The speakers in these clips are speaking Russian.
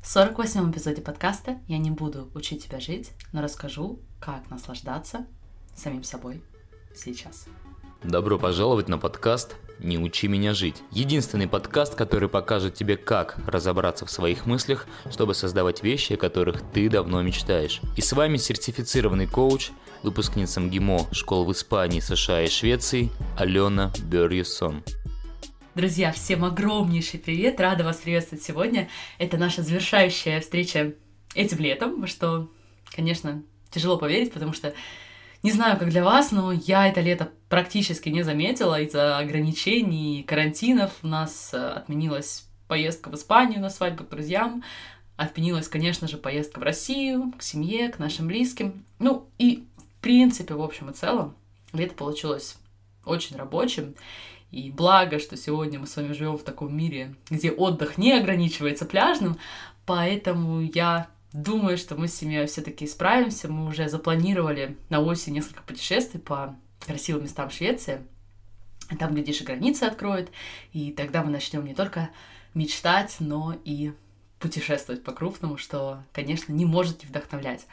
В 48-м эпизоде подкаста я не буду учить тебя жить, но расскажу, как наслаждаться самим собой сейчас. Добро пожаловать на подкаст «Не учи меня жить». Единственный подкаст, который покажет тебе, как разобраться в своих мыслях, чтобы создавать вещи, о которых ты давно мечтаешь. И с вами сертифицированный коуч, выпускница МГИМО школ в Испании, США и Швеции Алена Бёрьесон. Друзья, всем огромнейший привет! Рада вас приветствовать сегодня. Это наша завершающая встреча этим летом, во что, конечно, тяжело поверить, потому что не знаю, как для вас, но я это лето практически не заметила из-за ограничений, карантинов. У нас отменилась поездка в Испанию на свадьбу к друзьям, отменилась, конечно же, поездка в Россию, к семье, к нашим близким. Ну и, в принципе, в общем и целом, лето получилось очень рабочим. И благо, что сегодня мы с вами живем в таком мире, где отдых не ограничивается пляжным, поэтому я думаю, что мы с семьей все-таки справимся. Мы уже запланировали на осень несколько путешествий по красивым местам Швеции. Там, глядишь, и границы откроют, и тогда мы начнем не только мечтать, но и путешествовать по-крупному, что, конечно, не может не вдохновлять.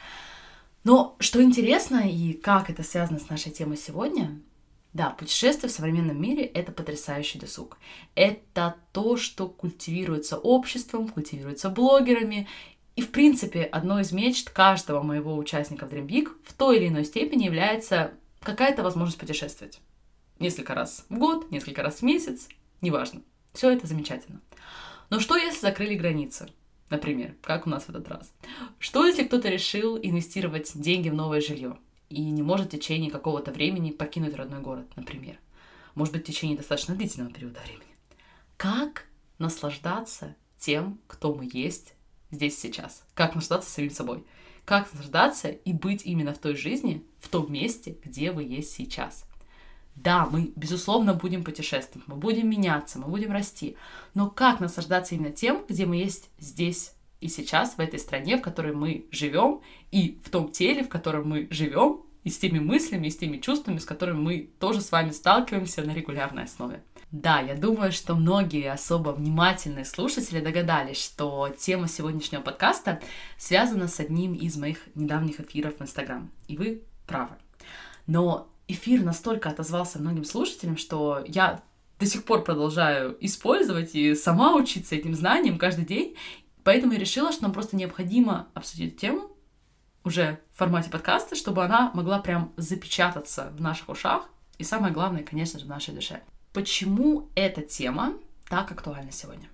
Но что интересно и как это связано с нашей темой сегодня... Да, путешествие в современном мире — это потрясающий досуг. Это то, что культивируется обществом, культивируется блогерами. И, в принципе, одной из мечт каждого моего участника в Dream Big в той или иной степени является какая-то возможность путешествовать. Несколько раз в год, несколько раз в месяц, неважно. Все это замечательно. Но что, если закрыли границы? Например, как у нас в этот раз. Что, если кто-то решил инвестировать деньги в новое жилье и не может в течение какого-то времени покинуть родной город, например. Может быть, в течение достаточно длительного периода времени. Как наслаждаться тем, кто мы есть здесь сейчас? Как наслаждаться самим собой? Как наслаждаться и быть именно в той жизни, в том месте, где вы есть сейчас? Да, мы, безусловно, будем путешествовать, мы будем меняться, мы будем расти. Но как наслаждаться именно тем, где мы есть здесь и сейчас, в этой стране, в которой мы живем, и в том теле, в котором мы живем, и с теми мыслями, и с теми чувствами, с которыми мы тоже с вами сталкиваемся на регулярной основе. Да, я думаю, что многие особо внимательные слушатели догадались, что тема сегодняшнего подкаста связана с одним из моих недавних эфиров в Инстаграм. И вы правы. Но эфир настолько отозвался многим слушателям, что я до сих пор продолжаю использовать и сама учиться этим знаниям каждый день. Поэтому я решила, что нам просто необходимо обсудить тему уже в формате подкаста, чтобы она могла прям запечататься в наших ушах и, самое главное, конечно же, в нашей душе. Почему эта тема так актуальна сегодня?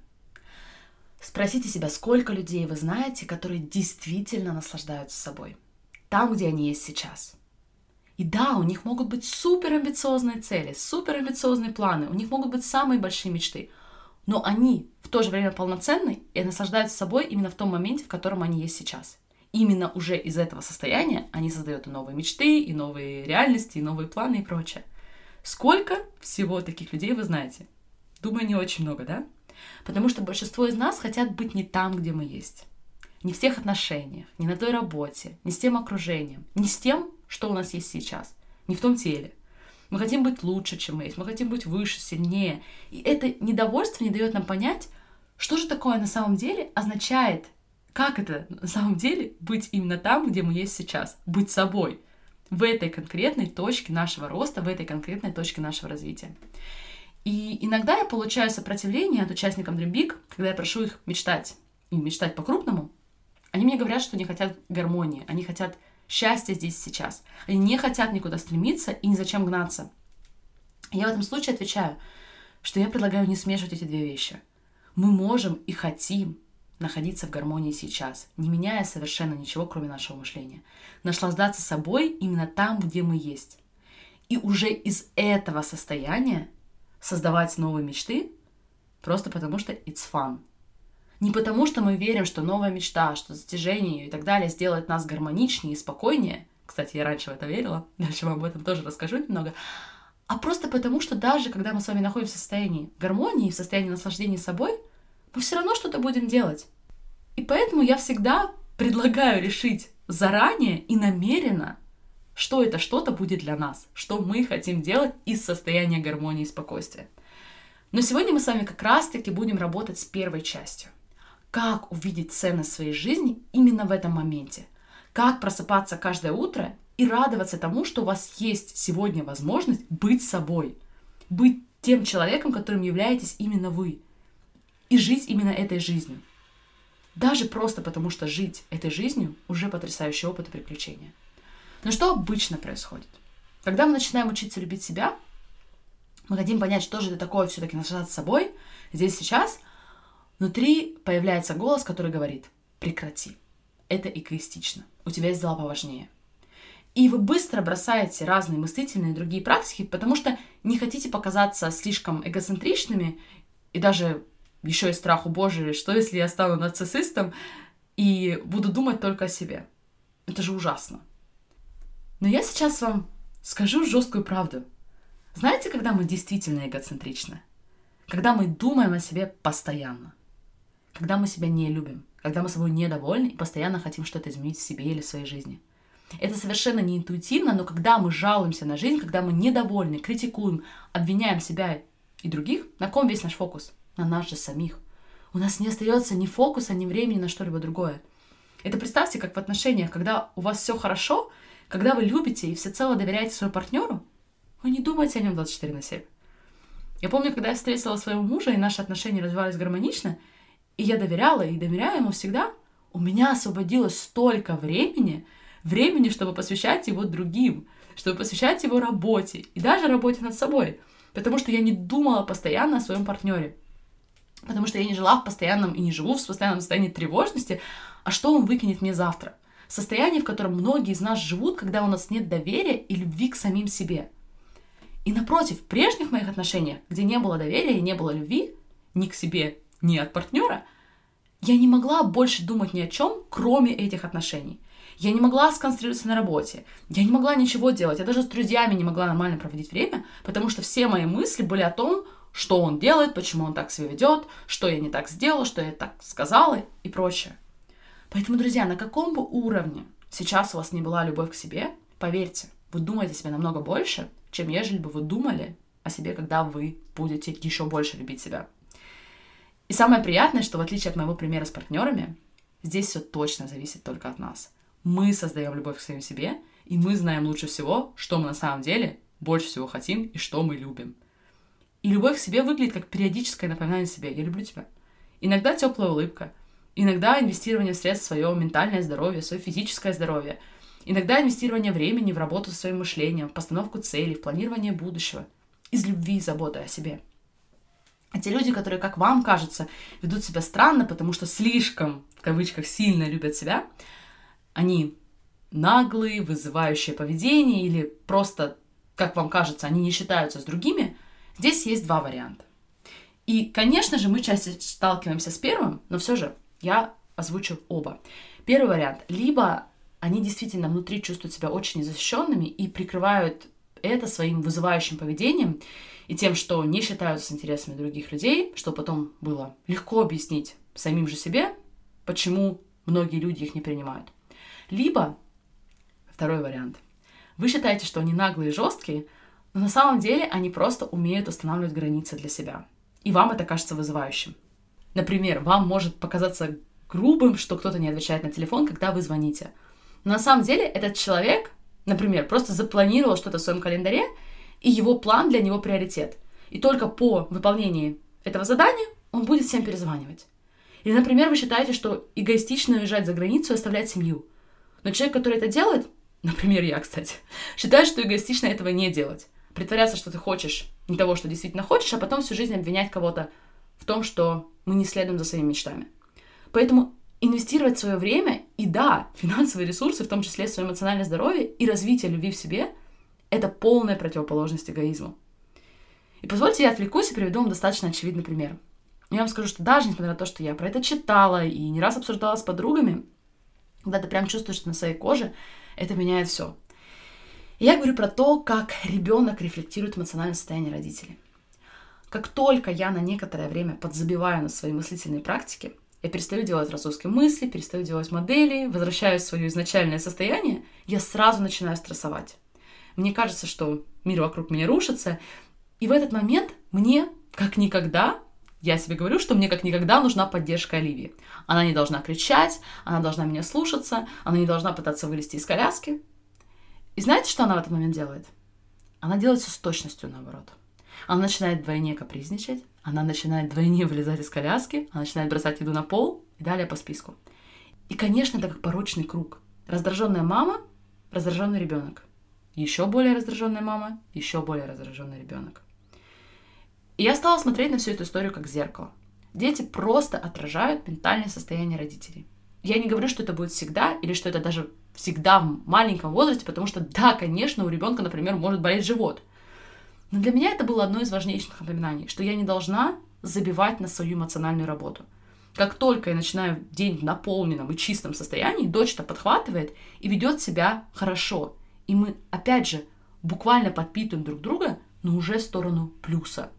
Спросите себя, сколько людей вы знаете, которые действительно наслаждаются собой, там, где они есть сейчас. И да, у них могут быть суперамбициозные цели, суперамбициозные планы, у них могут быть самые большие мечты, но они в то же время полноценны и наслаждаются собой именно в том моменте, в котором они есть сейчас. Именно уже из этого состояния они создают и новые мечты, и новые реальности, и новые планы и прочее. Сколько всего таких людей вы знаете? Думаю, не очень много, да? Потому что большинство из нас хотят быть не там, где мы есть. Не в тех отношениях, не на той работе, не с тем окружением, не с тем, что у нас есть сейчас, не в том теле. Мы хотим быть лучше, чем мы есть, мы хотим быть выше, сильнее. И это недовольство не дает нам понять, что же такое на самом деле означает, как это на самом деле быть именно там, где мы есть сейчас, быть собой, в этой конкретной точке нашего роста, в этой конкретной точке нашего развития. И иногда я получаю сопротивление от участников Dream Big, когда я прошу их мечтать, и мечтать по-крупному. Они мне говорят, что не хотят гармонии, они хотят счастья здесь и сейчас. Они не хотят никуда стремиться и ни зачем гнаться. И я в этом случае отвечаю, что я предлагаю не смешивать эти две вещи. Мы можем и хотим находиться в гармонии сейчас, не меняя совершенно ничего, кроме нашего мышления. Наслаждаться собой именно там, где мы есть. И уже из этого состояния создавать новые мечты, просто потому что it's fun. Не потому, что мы верим, что новая мечта, что достижение и так далее сделает нас гармоничнее и спокойнее. Кстати, я раньше в это верила, дальше вам об этом тоже расскажу немного. А просто потому, что даже когда мы с вами находимся в состоянии гармонии, в состоянии наслаждения собой, мы все равно что-то будем делать. И поэтому я всегда предлагаю решить заранее и намеренно, что это что-то будет для нас, что мы хотим делать из состояния гармонии и спокойствия. Но сегодня мы с вами как раз-таки будем работать с первой частью. как увидеть ценность своей жизни именно в этом моменте. Как просыпаться каждое утро и радоваться тому, что у вас есть сегодня возможность быть собой, быть тем человеком, которым являетесь именно вы, и жить именно этой жизнью. Даже просто потому, что жить этой жизнью уже потрясающий опыт и приключения. Но что обычно происходит? Когда мы начинаем учиться любить себя, мы хотим понять, что же это такое все-таки наслаждаться собой, здесь сейчас, внутри появляется голос, который говорит: прекрати, это эгоистично, у тебя есть дела поважнее. И вы быстро бросаете разные мыслительные и другие практики, потому что не хотите показаться слишком эгоцентричными, и даже еще и страху Божий, что если я стану нарциссистом и буду думать только о себе. Это же ужасно. Но я сейчас вам скажу жесткую правду. Знаете, когда мы действительно эгоцентричны? Когда мы думаем о себе постоянно. Когда мы себя не любим. Когда мы собой недовольны и постоянно хотим что-то изменить в себе или в своей жизни. Это совершенно не интуитивно, но когда мы жалуемся на жизнь, когда мы недовольны, критикуем, обвиняем себя и других, на ком весь наш фокус? На нас же самих. У нас не остается ни фокуса, ни времени на что-либо другое. Это представьте, как в отношениях, когда у вас все хорошо, когда вы любите и всецело доверяете своему партнеру, вы не думаете о нем 24/7. Я помню, когда я встретила своего мужа, и наши отношения развивались гармонично, и я доверяла и доверяю ему всегда, у меня освободилось столько времени, чтобы посвящать его другим, чтобы посвящать его работе, и даже работе над собой, потому что я не думала постоянно о своем партнере. Потому что я не жила в постоянном и не живу в постоянном состоянии тревожности, а что он выкинет мне завтра? Состояние, в котором многие из нас живут, когда у нас нет доверия и любви к самим себе. И напротив, в прежних моих отношениях, где не было доверия и не было любви ни к себе, ни от партнера, я не могла больше думать ни о чем, кроме этих отношений. Я не могла сконцентрироваться на работе, я не могла ничего делать, я даже с друзьями не могла нормально проводить время, потому что все мои мысли были о том, что он делает, почему он так себя ведет, что я не так сделала, что я так сказала и прочее. Поэтому, друзья, на каком бы уровне сейчас у вас не была любовь к себе, поверьте, вы думаете о себе намного больше, чем ежели бы вы думали о себе, когда вы будете еще больше любить себя. И самое приятное, что в отличие от моего примера с партнерами, здесь все точно зависит только от нас. Мы создаем любовь к самим себе, и мы знаем лучше всего, что мы на самом деле больше всего хотим и что мы любим. И любовь к себе выглядит как периодическое напоминание себе: я люблю тебя. Иногда теплая улыбка, иногда инвестирование в средств в свое ментальное здоровье, в свое физическое здоровье, иногда инвестирование времени в работу со своим мышлением, в постановку целей, в планирование будущего, из любви и заботы о себе. А те люди, которые, как вам кажется, ведут себя странно, потому что слишком, в кавычках, сильно любят себя, они наглые, вызывающие поведение или просто, как вам кажется, они не считаются с другими, здесь есть два варианта. И, конечно же, мы чаще сталкиваемся с первым, но все же я озвучу оба. Первый вариант. Либо они действительно внутри чувствуют себя очень незащищенными и прикрывают это своим вызывающим поведением и тем, что не считаются с интересами других людей, что потом было легко объяснить самим же себе, почему многие люди их не принимают. Либо, второй вариант. Вы считаете, что они наглые и жесткие, но на самом деле они просто умеют устанавливать границы для себя. И вам это кажется вызывающим. Например, вам может показаться грубым, что кто-то не отвечает на телефон, когда вы звоните. Но на самом деле этот человек, например, просто запланировал что-то в своем календаре, и его план для него приоритет. И только по выполнении этого задания он будет всем перезванивать. Или, например, вы считаете, что эгоистично уезжать за границу и оставлять семью. Но человек, который это делает, например, я, кстати, считает, что эгоистично этого не делать. Притворяться, что ты хочешь не того, что действительно хочешь, а потом всю жизнь обвинять кого-то в том, что мы не следуем за своими мечтами. Поэтому инвестировать свое время и, да, финансовые ресурсы, в том числе свое эмоциональное здоровье и развитие любви в себе, это полная противоположность эгоизму. И позвольте я отвлекусь и приведу вам достаточно очевидный пример. Я вам скажу, что даже несмотря на то, что я про это читала и не раз обсуждала с подругами, когда ты прям чувствуешь на своей коже, это меняет все. Я говорю про то, как ребенок рефлектирует эмоциональное состояние родителей. Как только я на некоторое время подзабиваю на свои мыслительные практики, я перестаю делать разгрузки мысли, перестаю делать модели, возвращаюсь в свое изначальное состояние, я сразу начинаю стрессовать. Мне кажется, что мир вокруг меня рушится, и в этот момент мне, как никогда, Я себе говорю, что мне как никогда нужна поддержка Оливии. Она не должна кричать, она должна меня слушаться, она не должна пытаться вылезти из коляски. И знаете, что она в этот момент делает? Она делает все с точностью наоборот. Она начинает вдвойне капризничать, она начинает вдвойне вылезать из коляски, она начинает бросать еду на пол и далее по списку. И, конечно, это как порочный круг. Раздраженная мама, раздраженный ребенок. Еще более раздраженная мама, еще более раздраженный ребенок. И я стала смотреть на всю эту историю как зеркало. Дети просто отражают ментальное состояние родителей. Я не говорю, что это будет всегда, или что это даже всегда в маленьком возрасте, потому что, да, конечно, у ребенка, например, может болеть живот. Но для меня это было одно из важнейших напоминаний, что я не должна забивать на свою эмоциональную работу. Как только я начинаю день в наполненном и чистом состоянии, дочь-то подхватывает и ведет себя хорошо. И мы, опять же, буквально подпитываем друг друга, но уже в сторону плюса.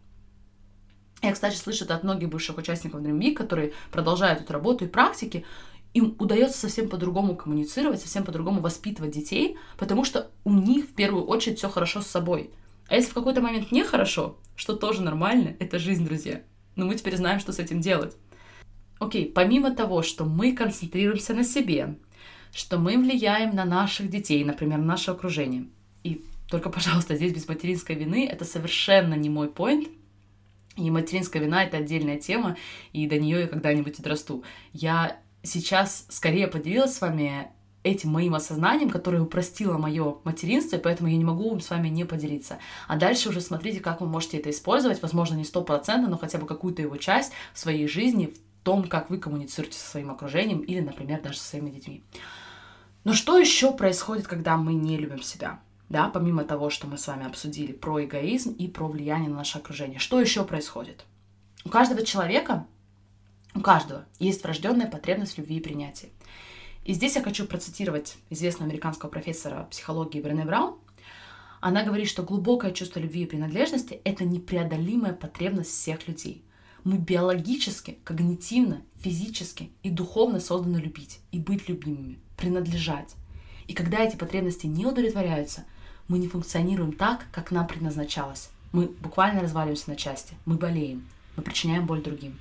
Я, кстати, слышу это от многих бывших участников Dream Week, которые продолжают эту работу и практики. Им удается совсем по-другому коммуницировать, совсем по-другому воспитывать детей, потому что у них в первую очередь все хорошо с собой. А если в какой-то момент нехорошо, что тоже нормально, это жизнь, друзья. Но мы теперь знаем, что с этим делать. Окей, помимо того, что мы концентрируемся на себе, что мы влияем на наших детей, например, на наше окружение. И только, пожалуйста, здесь без материнской вины, это совершенно не мой поинт. И материнская вина — это отдельная тема, и до нее я когда-нибудь отрасту. Я сейчас скорее поделилась с вами этим моим осознанием, которое упростило мое материнство, и поэтому я не могу с вами не поделиться. А дальше уже смотрите, как вы можете это использовать, возможно, не 100%, но хотя бы какую-то его часть в своей жизни, в том, как вы коммуницируете со своим окружением или, например, даже со своими детьми. Но что еще происходит, когда мы не любим себя? Да, помимо того, что мы с вами обсудили про эгоизм и про влияние на наше окружение. Что еще происходит? У каждого человека, у каждого есть врожденная потребность в любви и принятии. И здесь я хочу процитировать известного американского профессора психологии Брене Браун. Она говорит, что глубокое чувство любви и принадлежности – это непреодолимая потребность всех людей. Мы биологически, когнитивно, физически и духовно созданы любить и быть любимыми, принадлежать. И когда эти потребности не удовлетворяются, мы не функционируем так, как нам предназначалось. Мы буквально разваливаемся на части, мы болеем, мы причиняем боль другим.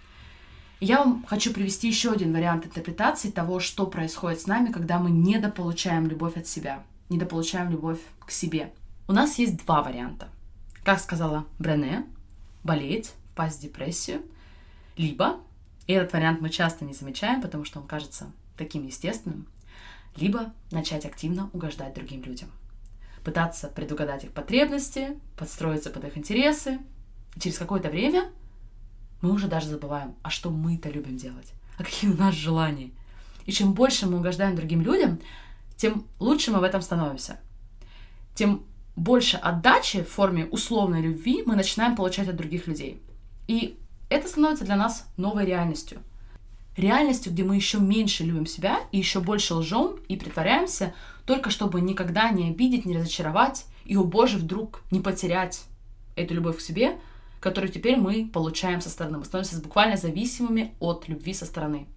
И я вам хочу привести еще один вариант интерпретации того, что происходит с нами, когда мы недополучаем любовь от себя, недополучаем любовь к себе. У нас есть два варианта. Как сказала Брене, болеть, впасть в депрессию, либо, и этот вариант мы часто не замечаем, потому что он кажется таким естественным, либо начать активно угождать другим людям. Пытаться предугадать их потребности, подстроиться под их интересы. И через какое-то время мы уже даже забываем, а что мы-то любим делать, а какие у нас желания. И чем больше мы угождаем другим людям, тем лучше мы в этом становимся. Тем больше отдачи в форме условной любви мы начинаем получать от других людей. И это становится для нас новой реальностью. Реальностью, где мы еще меньше любим себя и еще больше лжем и притворяемся, только чтобы никогда не обидеть, не разочаровать и, о боже, вдруг не потерять эту любовь к себе, которую теперь мы получаем со стороны. Мы становимся буквально зависимыми от любви со стороны.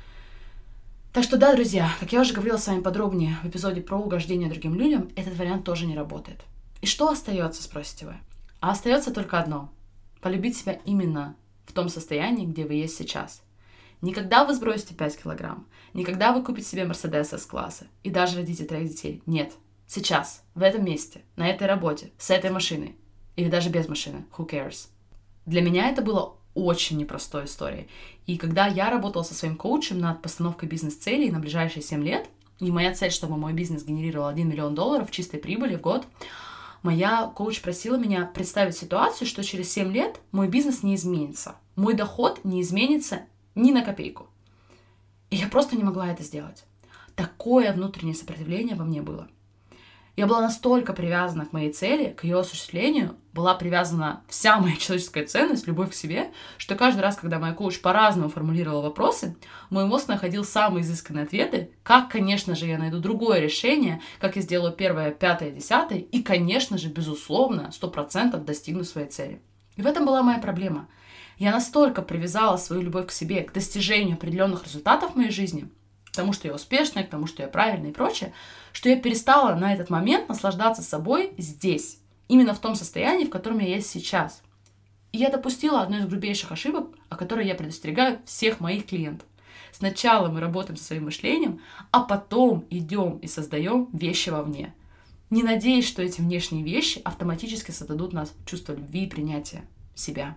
Так что да, друзья, как я уже говорила с вами подробнее в эпизоде про угождение другим людям, этот вариант тоже не работает. И что остается, спросите вы? А остается только одно. Полюбить себя именно в том состоянии, где вы есть сейчас. Никогда вы сбросите 5 килограмм, никогда вы купите себе Мерседес С-класса и даже родите 3 детей. Нет. Сейчас, в этом месте, на этой работе, с этой машиной. Или даже без машины. Who cares? Для меня это было очень непростой историей. И когда я работала со своим коучем над постановкой бизнес-целей на ближайшие 7 лет, и моя цель, чтобы мой бизнес генерировал $1 миллион чистой прибыли в год, моя коуч просила меня представить ситуацию, что через 7 лет мой бизнес не изменится. Мой доход не изменится ни на копейку. И я просто не могла это сделать. Такое внутреннее сопротивление во мне было. Я была настолько привязана к моей цели, к ее осуществлению, была привязана вся моя человеческая ценность, любовь к себе, что каждый раз, когда моя коуч по-разному формулировала вопросы, мой мозг находил самые изысканные ответы, как, конечно же, я найду другое решение, как я сделаю 1, 5, 10, и, конечно же, безусловно, 100% достигну своей цели. И в этом была моя проблема. Я настолько привязала свою любовь к себе, к достижению определенных результатов в моей жизни, к тому, что я успешная, к тому, что я правильная и прочее, что я перестала на этот момент наслаждаться собой здесь, именно в том состоянии, в котором я есть сейчас. И я допустила одну из грубейших ошибок, о которой я предостерегаю всех моих клиентов. Сначала мы работаем со своим мышлением, а потом идем и создаем вещи вовне. Не надеясь, что эти внешние вещи автоматически создадут нас чувство любви и принятия себя.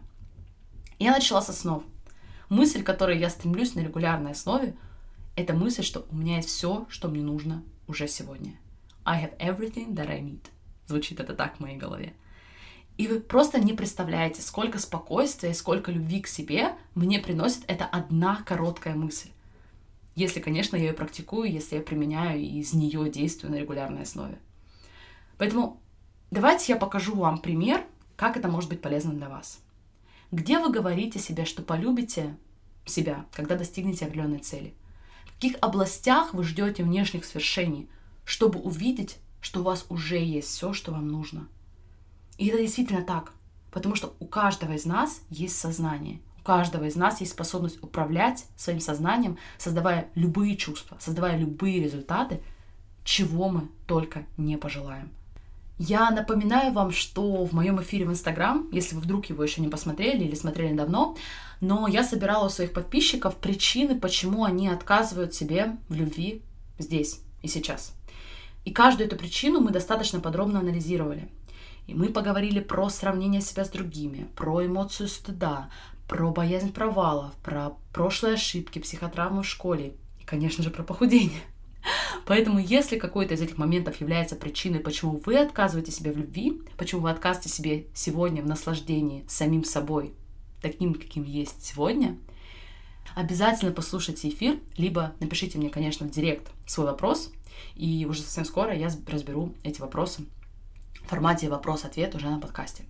Я начала с основ. Мысль, к которой я стремлюсь на регулярной основе, это мысль, что у меня есть все, что мне нужно уже сегодня. I have everything that I need. Звучит это так в моей голове. И вы просто не представляете, сколько спокойствия, сколько любви к себе мне приносит эта одна короткая мысль. Если, конечно, я ее практикую, если я применяю и из нее действую на регулярной основе. Поэтому давайте я покажу вам пример, как это может быть полезно для вас. Где вы говорите себе, что полюбите себя, когда достигнете определенной цели? В каких областях вы ждете внешних свершений, чтобы увидеть, что у вас уже есть все, что вам нужно? И это действительно так, потому что у каждого из нас есть сознание, у каждого из нас есть способность управлять своим сознанием, создавая любые чувства, создавая любые результаты, чего мы только не пожелаем. Я напоминаю вам, что в моем эфире в Инстаграм, если вы вдруг его еще не посмотрели или смотрели давно, но я собирала у своих подписчиков причины, почему они отказывают себе в любви здесь и сейчас. И каждую эту причину мы достаточно подробно анализировали. И мы поговорили про сравнение себя с другими, про эмоцию стыда, про боязнь провалов, про прошлые ошибки, психотравмы в школе и, конечно же, про похудение. Поэтому, если какой-то из этих моментов является причиной, почему вы отказываете себе в любви, почему вы отказываете себе сегодня в наслаждении самим собой, таким, каким есть сегодня, обязательно послушайте эфир, либо напишите мне, конечно, в директ свой вопрос, и уже совсем скоро я разберу эти вопросы в формате вопрос-ответ уже на подкасте.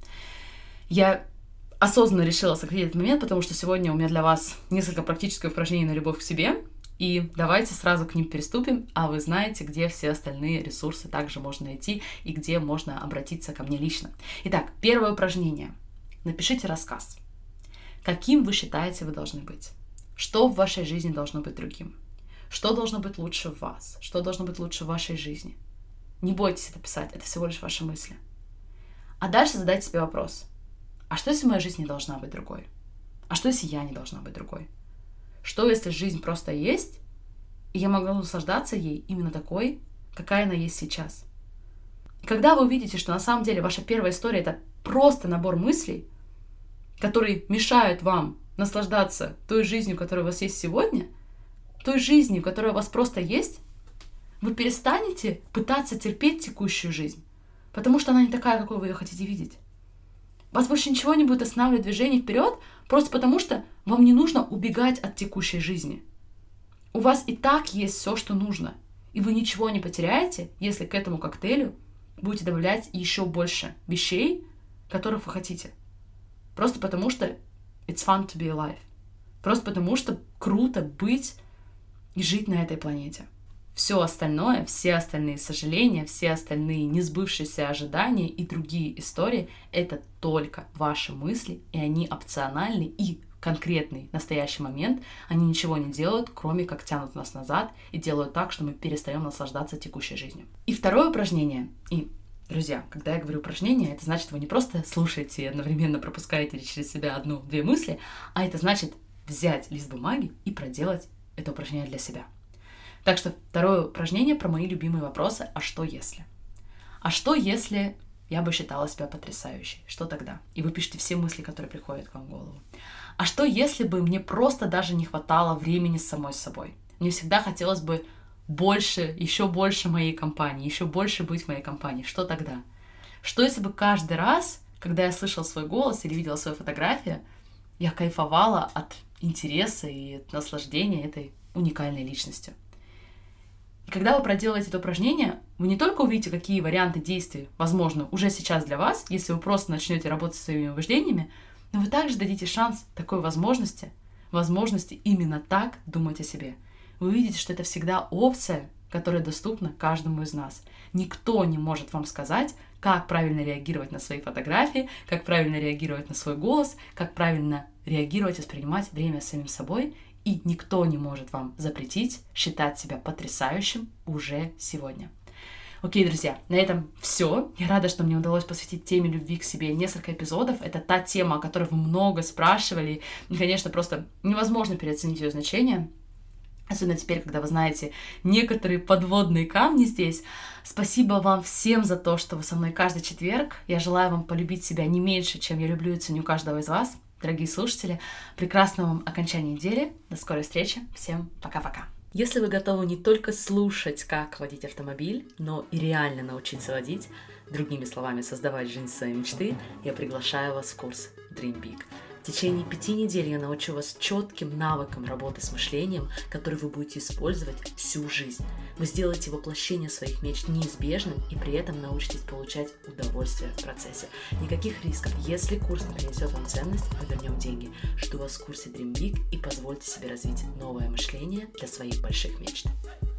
Я осознанно решила сократить этот момент, потому что сегодня у меня для вас несколько практических упражнений на любовь к себе, и давайте сразу к ним приступим, а вы знаете, где все остальные ресурсы также можно найти и где можно обратиться ко мне лично. Итак, первое упражнение. Напишите рассказ. Каким вы считаете, вы должны быть? Что в вашей жизни должно быть другим? Что должно быть лучше в вас? Что должно быть лучше в вашей жизни? Не бойтесь это писать, это всего лишь ваши мысли. А дальше задайте себе вопрос. А что, если моя жизнь не должна быть другой? А что, если я не должна быть другой? Что, если жизнь просто есть, и я могу наслаждаться ей именно такой, какая она есть сейчас? И когда вы увидите, что на самом деле ваша первая история — это просто набор мыслей, которые мешают вам наслаждаться той жизнью, которая у вас есть сегодня, той жизнью, которая у вас просто есть, вы перестанете пытаться терпеть текущую жизнь, потому что она не такая, какой вы ее хотите видеть. Вас больше ничего не будет останавливать движение вперед, просто потому что вам не нужно убегать от текущей жизни. У вас и так есть все, что нужно, и вы ничего не потеряете, если к этому коктейлю будете добавлять еще больше вещей, которых вы хотите. Просто потому что it's fun to be alive. Просто потому что круто быть и жить на этой планете. Все остальное, все остальные сожаления, все остальные несбывшиеся ожидания и другие истории — это только ваши мысли, и они опциональны, и в конкретный настоящий момент они ничего не делают, кроме как тянут нас назад и делают так, что мы перестаем наслаждаться текущей жизнью. И второе упражнение. И, друзья, когда я говорю упражнение, это значит, вы не просто слушаете и одновременно пропускаете через себя одну-две мысли, а это значит взять лист бумаги и проделать это упражнение для себя. Так что второе упражнение про мои любимые вопросы «А что если?». А что если я бы считала себя потрясающей? Что тогда? И вы пишете все мысли, которые приходят к вам в голову. А что если бы мне просто даже не хватало времени с самой собой? Мне всегда хотелось бы больше, еще больше моей компании, еще больше быть в моей компании. Что тогда? Что если бы каждый раз, когда я слышала свой голос или видела свою фотографию, я кайфовала от интереса и от наслаждения этой уникальной личностью? И когда вы проделаете это упражнение, вы не только увидите, какие варианты действий возможны уже сейчас для вас, если вы просто начнете работать со своими убеждениями, но вы также дадите шанс такой возможности именно так думать о себе. Вы увидите, что это всегда опция, которая доступна каждому из нас. Никто не может вам сказать, как правильно реагировать на свои фотографии, как правильно реагировать на свой голос, как правильно реагировать и воспринимать время с самим собой. И никто не может вам запретить считать себя потрясающим уже сегодня. Окей, друзья, на этом все. Я рада, что мне удалось посвятить теме любви к себе несколько эпизодов. Это та тема, о которой вы много спрашивали. И, конечно, просто невозможно переоценить ее значение. Особенно теперь, когда вы знаете некоторые подводные камни здесь. Спасибо вам всем за то, что вы со мной каждый четверг. Я желаю вам полюбить себя не меньше, чем я люблю и ценю каждого из вас. Дорогие слушатели, прекрасного вам окончания недели. До скорой встречи. Всем пока-пока. Если вы готовы не только слушать, как водить автомобиль, но и реально научиться водить, другими словами, создавать жизнь своей мечты, я приглашаю вас в курс Dream Big. В течение 5 недель я научу вас четким навыкам работы с мышлением, который вы будете использовать всю жизнь. Вы сделаете воплощение своих мечт неизбежным и при этом научитесь получать удовольствие в процессе. Никаких рисков. Если курс не принесет вам ценность, мы вернем деньги. Жду вас в курсе Dream Big и позвольте себе развить новое мышление для своих больших мечт.